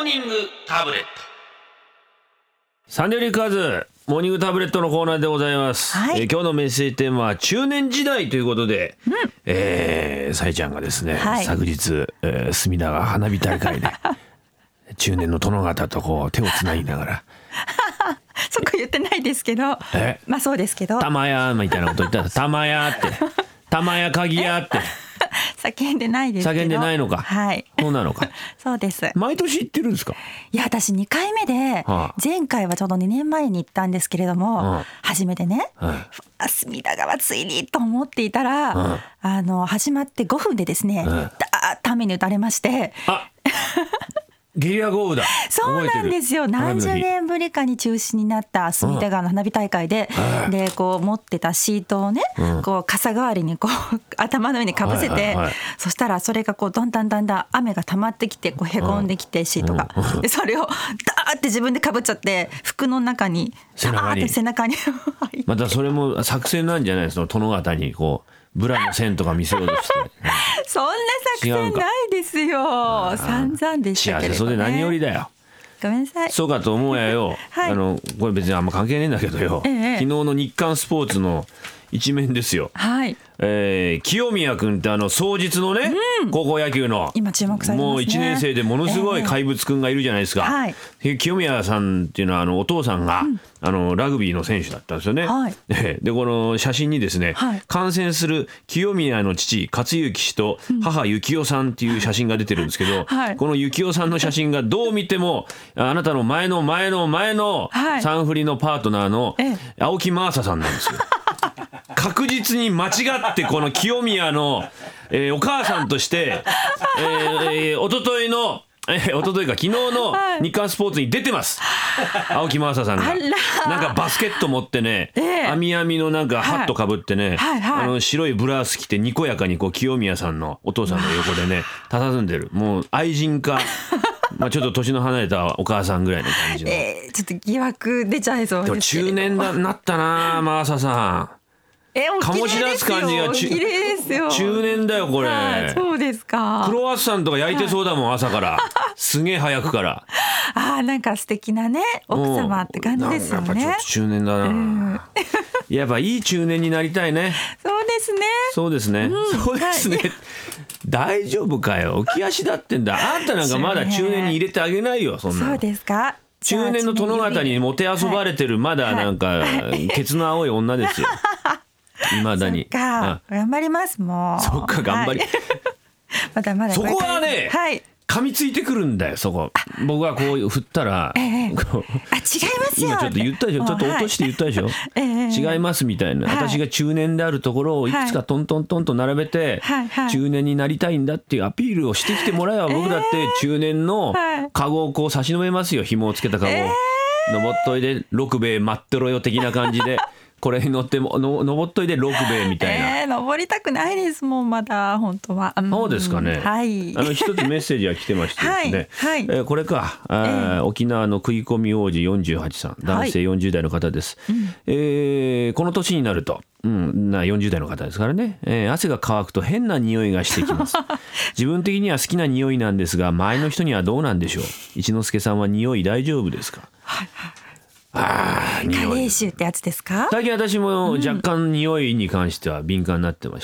ニングタブレット。 サンデーリッカーズモーニングタブレットのコーナーでございます、 はい今日のメッセージテーマは中年時代ということで、さえちゃんがですね、 はい昨日、隅田川花火大会で中年の殿方とこう手をつなぎながらそこ言ってないですけど、まあそうですけど玉屋みたいなこと言ったら玉屋って玉屋鍵屋って叫んでないですけど。 叫んでないのか。 はい。 そうなのか。 そうです。 毎年行ってるんですか。 いや私2回目で、 はあ前回はちょうど2年前に行ったんですけれども、 はあ初めてね、隅田川ついにと思っていたら、始まって5分でですね、ダーッと雨に打たれまして、 あゲリラ豪雨だ。 そうなんですよ。何十年ぶりかに中止になった隅田川の花火大会で、でこう持ってたシートをね、こう傘代わりにこう頭の上にかぶせて、そしたらそれがこうだんだん雨が溜まってきてこうへこんできてシートが、でそれをダーって自分でかぶっちゃって服の中にダーって背中にまたそれも作戦なんじゃないですか。殿方にこうブラの線とか見せようとしてそんな作戦ないですよ。散々でしたけれどね。 幸せそうで何よりだよ。 ごめんなさい。 そうかと思うやよ、 はいこれ別にあんま関係ねえんだけどよ、昨日の日刊スポーツの一面ですよ、 はい清宮君って双日のね、高校野球の今注目されてますね。 もう1年生でものすごい怪物君がいるじゃないですか、 はい清宮さんっていうのはお父さんが、ラグビーの選手だったんですよね、 はいでこの写真にですね、 はい観戦する清宮の父勝行氏と母幸代さんっていう写真が出てるんですけど、 はいこの幸代さんの写真がどう見てもあなたの前のはいサンフリのパートナーの青木真麻さんなんですよ。確実に間違ってこの清宮の、お母さんとして、一昨日か昨日の日刊スポーツに出てます、青木真麻さんがなんかバスケット持ってね、網のなんかハットかぶってね、白いブラウス着てにこやかにこう清宮さんのお父さんの横でね佇んでる、もう愛人かまあちょっと年の離れたお母さんぐらいの感じの、 ちょっと疑惑出ちゃいそうでもですけれど中年だなったな真麻さん。醸し出す感じが綺麗ですよ。 中年だよこれ、 そうですか。 クロワッサンとか焼いてそうだもん、朝からすげえ早くからなんか素敵なね奥様って感じですよね。 やっぱちょっと中年だな、やっぱいい中年になりたいね。 そうですね。 そうですね、そうですね、大丈夫かよ、浮き足だってんだ。あんたなんかまだ中年に入れてあげないよ、そんなの。 そうですか。 中年の殿方にもてあそばれてる、まだなんかケツの青い女ですよ未だに。 頑張りますもう。 そっか頑張り、 まだまだそこはね、噛みついてくるんだよそこ。僕がこう振ったら、 違いますよ。 今ちょっと言ったでしょ、ちょっと落として言ったでしょ、違いますみたいな、私が中年であるところをいくつかトントントンと並べて、中年になりたいんだっていうアピールをしてきてもらえば、僕だって中年のカゴをこう差し伸べますよ、紐をつけたカゴを、登っといで六兵衛待ってろよ的な感じでこれに乗っても登っといで六兵衛みたいな、 登りたくないですもんまだ本当は。 そうですかね、一つメッセージが来てましてですね、これか、沖縄の食い込み王子48さん、男性40代の方です、この年になると、40代の方ですからね、汗が乾くと変な匂いがしてきます自分的には好きな匂いなんですが、前の人にはどうなんでしょう。一之輔さんは匂い大丈夫ですか。 加齢臭ってやつですか。 最近私も若干匂いに関しては敏感になってまして、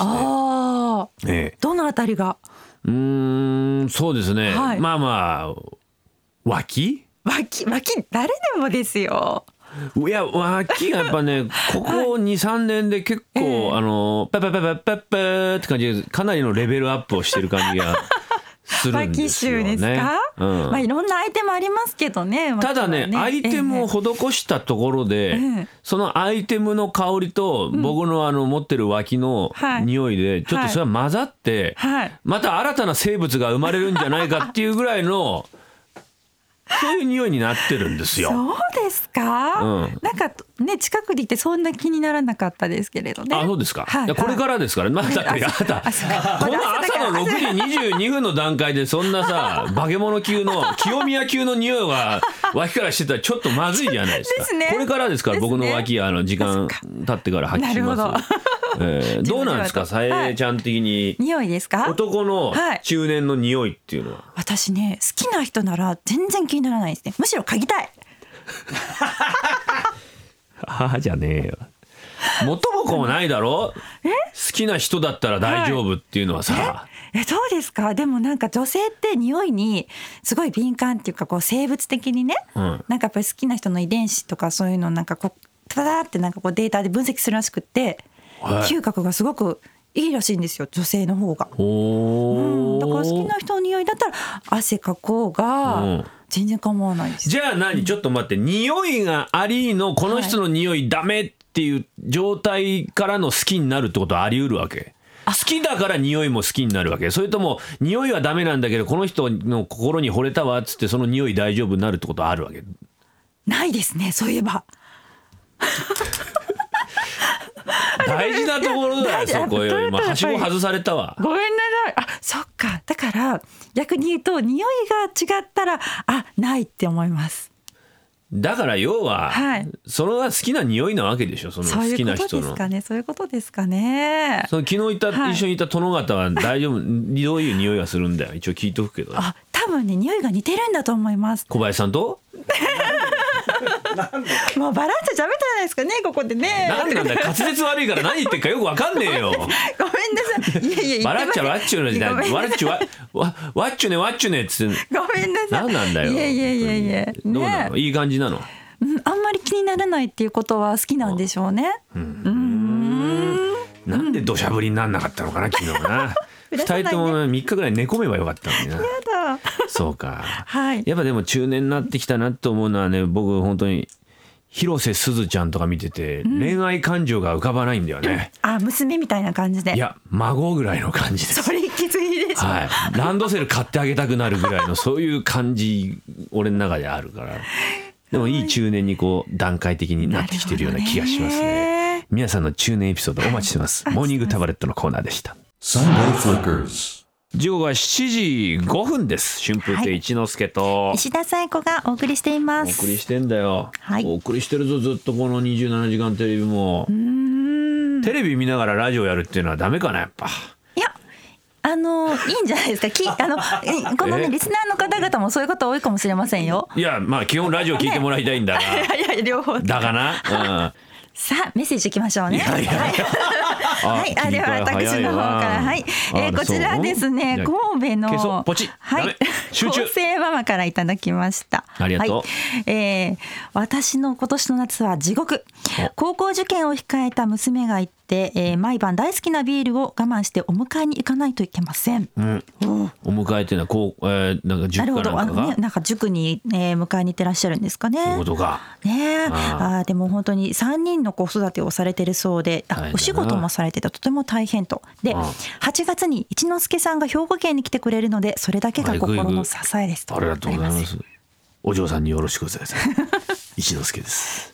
どのあたりが。 そうですね、まあ脇誰でもですよ。 いや脇がやっぱねここ 2,3 年で結構、ペペペペペペって感じでかなりのレベルアップをしてる感じがするんですよね。 脇臭ですか。いろんなアイテムありますけどね。 ただね、アイテムを施したところで、そのアイテムの香りと僕の持ってる脇の匂いでちょっとそれは混ざって、また新たな生物が生まれるんじゃないかっていうぐらいのそういう匂いになってるんですよ。 そうですか、なんかね近くにいてそんな気にならなかったですけれどね。 そうですか、これからですから、まだこの朝の6時22分の段階でそんなさ化け物級の清宮級の匂いが脇からしてたらちょっとまずいじゃないですか。これからですから、僕の脇時間経ってから発揮します。 どうなんですか、さえちゃん的に、 匂いですか？ 男の中年の匂いっていうのは。 私ね、好きな人なら全然気にならないですね。むしろ嗅ぎたい。 はじゃねえよ。元も子もないだろ。好きな人だったら大丈夫っていうのはさ、 どうですか？でもなんか女性って匂いにすごい敏感っていうか、こう生物的にね、なんかやっぱり好きな人の遺伝子とかそういうのをなんかこうタダってなんかこうデータで分析するらしくって、嗅覚がすごくいいらしいんですよ、女性の方が。だから好きな人の匂いだったら汗かこうが全然構わないです。 じゃあ何、ちょっと待って、匂いがありのこの人の匂いダメっていう状態からの好きになるってことはあり得るわけ？好きだから匂いも好きになるわけ？それとも匂いはダメなんだけどこの人の心に惚れたわっつってその匂い大丈夫になるってことはあるわけ？ ないですね、そういえば。 大事なところだよ、そこよ。今はしご外されたわ。 ごめんなさい。そっか。だから逆に言うと匂いが違ったらないって思います。 だから要は、それは好きな匂いなわけでしょ、その好きな人の。 そういうことですかね。 その昨日一緒にいた殿方は大丈夫、どういう匂いがするんだよ、一応聞いとくけど。 多分ね、匂いが似てるんだと思います。 小林さんともうバラっちゃダメじゃないですかね、ここでね。 なんでなんだよ、滑舌悪いから何言ってるかよくわかんねえよ。 ごめんなさい。 バラっちゃわっちゅうの時代、わっちゅわっちゅねわっちゅねっつって。 ごめんなさい。 何なんだよ。 いやどうなの？いい感じなの？ あんまり気にならないっていうことは好きなんでしょうね。 なんで土砂降りになんなかったのかな、昨日な。2人とも3日ぐらい寝込めばよかったのにな。 やだ。 そうか、やっぱでも中年になってきたなと思うのはね、僕本当に広瀬すずちゃんとか見てて、恋愛感情が浮かばないんだよね。 娘みたいな感じで。 いや、孫ぐらいの感じです。 それきついでしょ。 ランドセル買ってあげたくなるぐらいのそういう感じ俺の中であるから。でもいい中年にこう段階的になってきてるような気がしますね。皆さんの中年エピソードお待ちしてます。モーニングタブレットのコーナーでした。時刻は7時5分です。春風亭一之輔と石田紗友子がお送りしています。 お送りしてんだよ、お送りしてるぞ、ずっとこの27時間テレビも。テレビ見ながらラジオやるっていうのはダメかな、やっぱ。 いや、いいんじゃないですか。このね、リスナーの方々もそういうこと多いかもしれませんよ。 いや、まあ基本ラジオ聞いてもらいたいんだが、 いや両方だかな。 さあメッセージいきましょうね。では私の方からこちらですね、神戸の集中高生ママからいただきました。 ありがとう。 私の今年の夏は地獄。高校受験を控えた娘がいて、毎晩大好きなビールを我慢してお迎えに行かないといけません。 お迎えっていうのはなんか塾かなんかが、 なんか塾に、迎えに行ってらっしゃるんですかね。 そういうことか。 でも本当に3人の子育てをされてるそうで、お仕事もされてた、とても大変と。で、8月に一之輔さんが兵庫県に来てくれるので、それだけが心の支えですと。 ありがとうございます。お嬢さんによろしくお伝えください。一之輔です。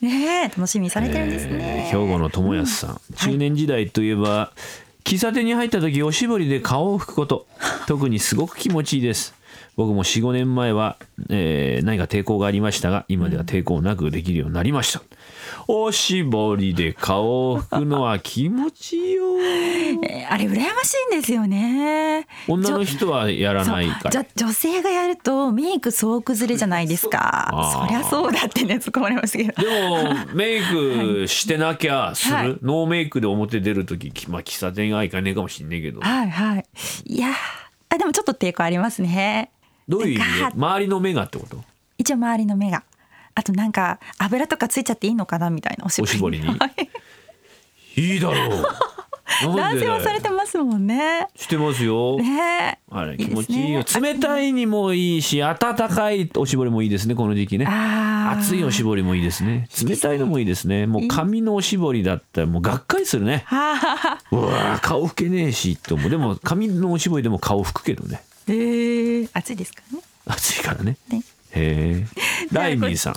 楽しみにされてるんですね。 兵庫の友安さん、中年時代といえば、喫茶店に入った時おしぼりで顔を拭くこと、特にすごく気持ちいいです。僕も 4,5 年前は、何か抵抗がありましたが、今では抵抗なくできるようになりました。おしぼりで顔を拭くのは気持ちいいよ。 あれ羨ましいんですよね。 女の人はやらないから。 女性がやるとメイク総崩れじゃないですか。そりゃそうだってね、突っ込まれますけど。 でもメイクしてなきゃする、ノーメイクで表出るとき、喫茶店が行かねえかもしんねえけど。いやでもちょっと抵抗ありますね。どういう意味で？周りの目がってこと？一応周りの目が。あとなんか油とかついちゃっていいのかなみたいな、おしぼりに。いいだろう。男性はされてますもんね。してますよ。あれ気持ちいいよ。冷たいにもいいし、温かいおしぼりもいいですね、この時期ね。熱いおしぼりもいいですね。冷たいのもいいですね。もう紙のおしぼりだったらもうがっかりするね。うわ顔拭けねえしと思う。でも紙のおしぼりでも顔拭くけどね。暑いですからね。暑いからね。ライミーさん、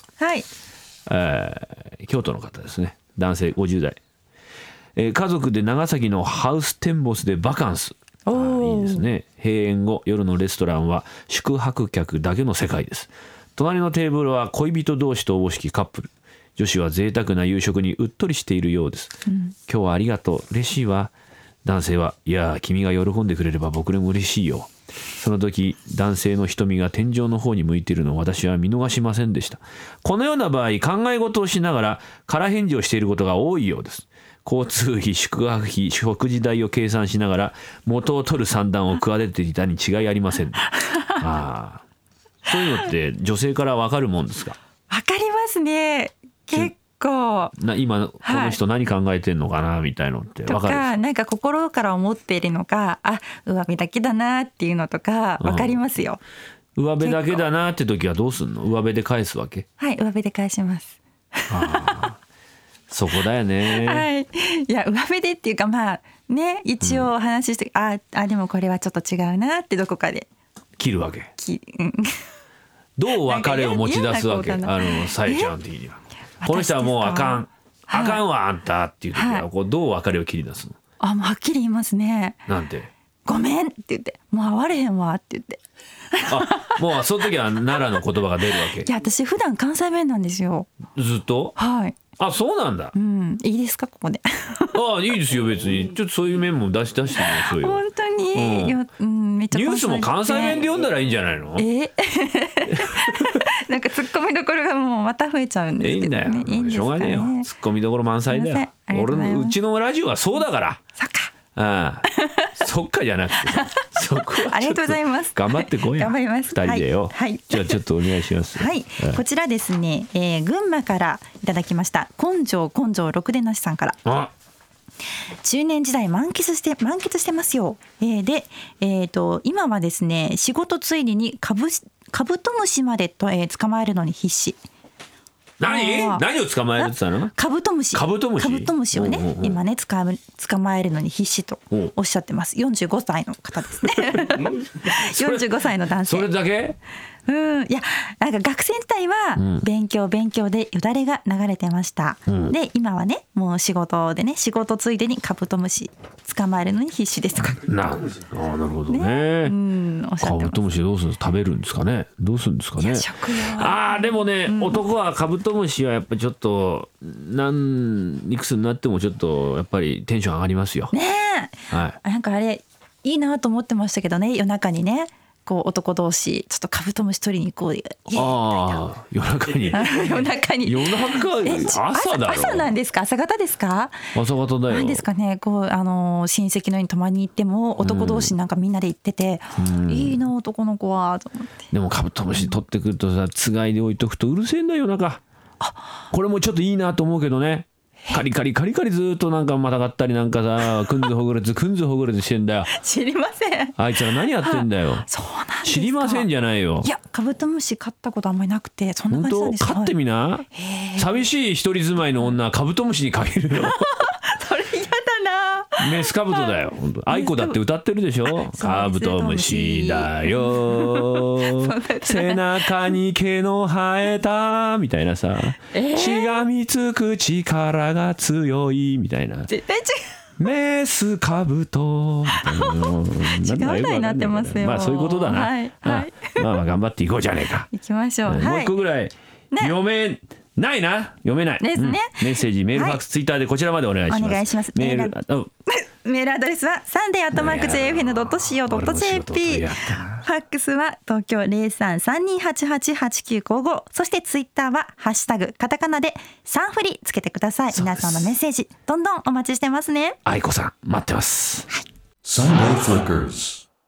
京都の方ですね。男性50代。家族で長崎のハウステンボスでバカンス。いいですね。閉園後夜のレストランは宿泊客だけの世界です。隣のテーブルは恋人同士とおぼしきカップル。 女子は贅沢な夕食にうっとりしているようです、今日はありがとう、嬉しいわ。男性は、いや君が喜んでくれれば僕でも嬉しいよ。その時男性の瞳が天井の方に向いているのを私は見逃しませんでした。このような場合、考え事をしながら空返事をしていることが多いようです。交通費、宿泊費、食事代を計算しながら元を取る算段を企てていたに違いありません。そういうのって女性から分かるもんですか？ 分かりますね、結構。 今この人何考えてんのかなみたいのって分かる。とか、 なんか心から思っているのか、上辺だけだなっていうのとか分かりますよ、 上辺だけだなって時はどうすんの？上辺で返すわけ？はい、 上辺で返します。 そこだよね。 いや、上辺でっていうか、一応お話しして、でもこれはちょっと違うなってどこかで切るわけ。どう別れを持ち出すわけ？さえちゃん的にはこの人はもうあかんわあんたっていう時はどう別れを切り出すの？ もうはっきり言いますね。 なんて？ごめんって言って、もう会われへんわって言って。 もうその時は奈良の言葉が出るわけ？ いや、私普段関西弁なんですよ。 ずっと？そうなんだ。 いいですか、ここで？ いいですよ、別に。ちょっとそういう面も出してみましょうよ。 本当に、めっちゃニュースも関西弁で読んだらいいんじゃないの？ なんかツッコミどころがもうまた増えちゃうんですけどね。 いいんだよ、しょうがねえよ。ツッコミどころ満載だよ。うちのラジオはそうだから。 そっか。 そっかじゃなくて、そこはありがとうございます。 頑張ってこいよ。 頑張ります。 2人でよ。じゃあちょっとお願いします。 こちらですね、群馬からいただきました。根性ろくでなしさんから。中年時代満喫してますよ。で、今はですね、仕事ついでにカブトムシまで捕まえるのに必死。 何を捕まえるって言ったの？カブトムシをね、今ね捕まえるのに必死とおっしゃってます。45歳の方ですね。45歳の男性。 それだけ？ いや、なんか学生時代は勉強でよだれが流れてました、で今はね、もう仕事ついでにカブトムシ捕まえるのに必死ですとか。 なるほどね。カブトムシどうする？食べるんですかね？どうするんですかね？でもね、男はカブトムシはやっぱりちょっといくつになってもちょっとやっぱりテンション上がりますよね。なんかあれいいなと思ってましたけどね、夜中にね、こう男同士ちょっとカブトムシ取りに行こう。夜中に朝だろ？ 朝なんですか？朝方ですか？ 朝方だよ。 なんですかね、こう親戚の家に泊まりに行っても男同士なんかみんなで行ってて、いいな男の子はと思って。 でもカブトムシ取ってくるとさ、つがいで置いとくとうるせえんだよ、夜中。これもちょっといいなと思うけどね。カリカリずっとなんかまたがったりなんかさ、くんずほぐれつしてんだよ。 知りません。 あいつら何やってんだよ。 そうなんですか？ 知りませんじゃないよ。 いや、カブトムシ飼ったことあんまりなくて、そんな感じなんですか？ 飼ってみな。寂しい一人住まいの女はカブトムシにかけるよ。 それ嫌だな。 メスカブトだよ。愛子だって歌ってるでしょ。カブトムシだよ。背中に毛の生えたみたいなさ。しがみつく力が強いみたいな。 絶対違う。 メスカブト。 違う題になってますよ。 そういうことだな。頑張っていこうじゃねえか。 行きましょう。 もう一個ぐらい読めないですね。メッセージ、メール、ファックス、ツイッターでこちらまでお願いします。メールアドレスはsunday@jfn.co.jp、 ファックスは東京0332888955、そしてツイッターはハッシュタグカタカナでサンフリつけてください。皆さんのメッセージどんどんお待ちしてますね。 愛子さん待ってます。 Sunday Flickers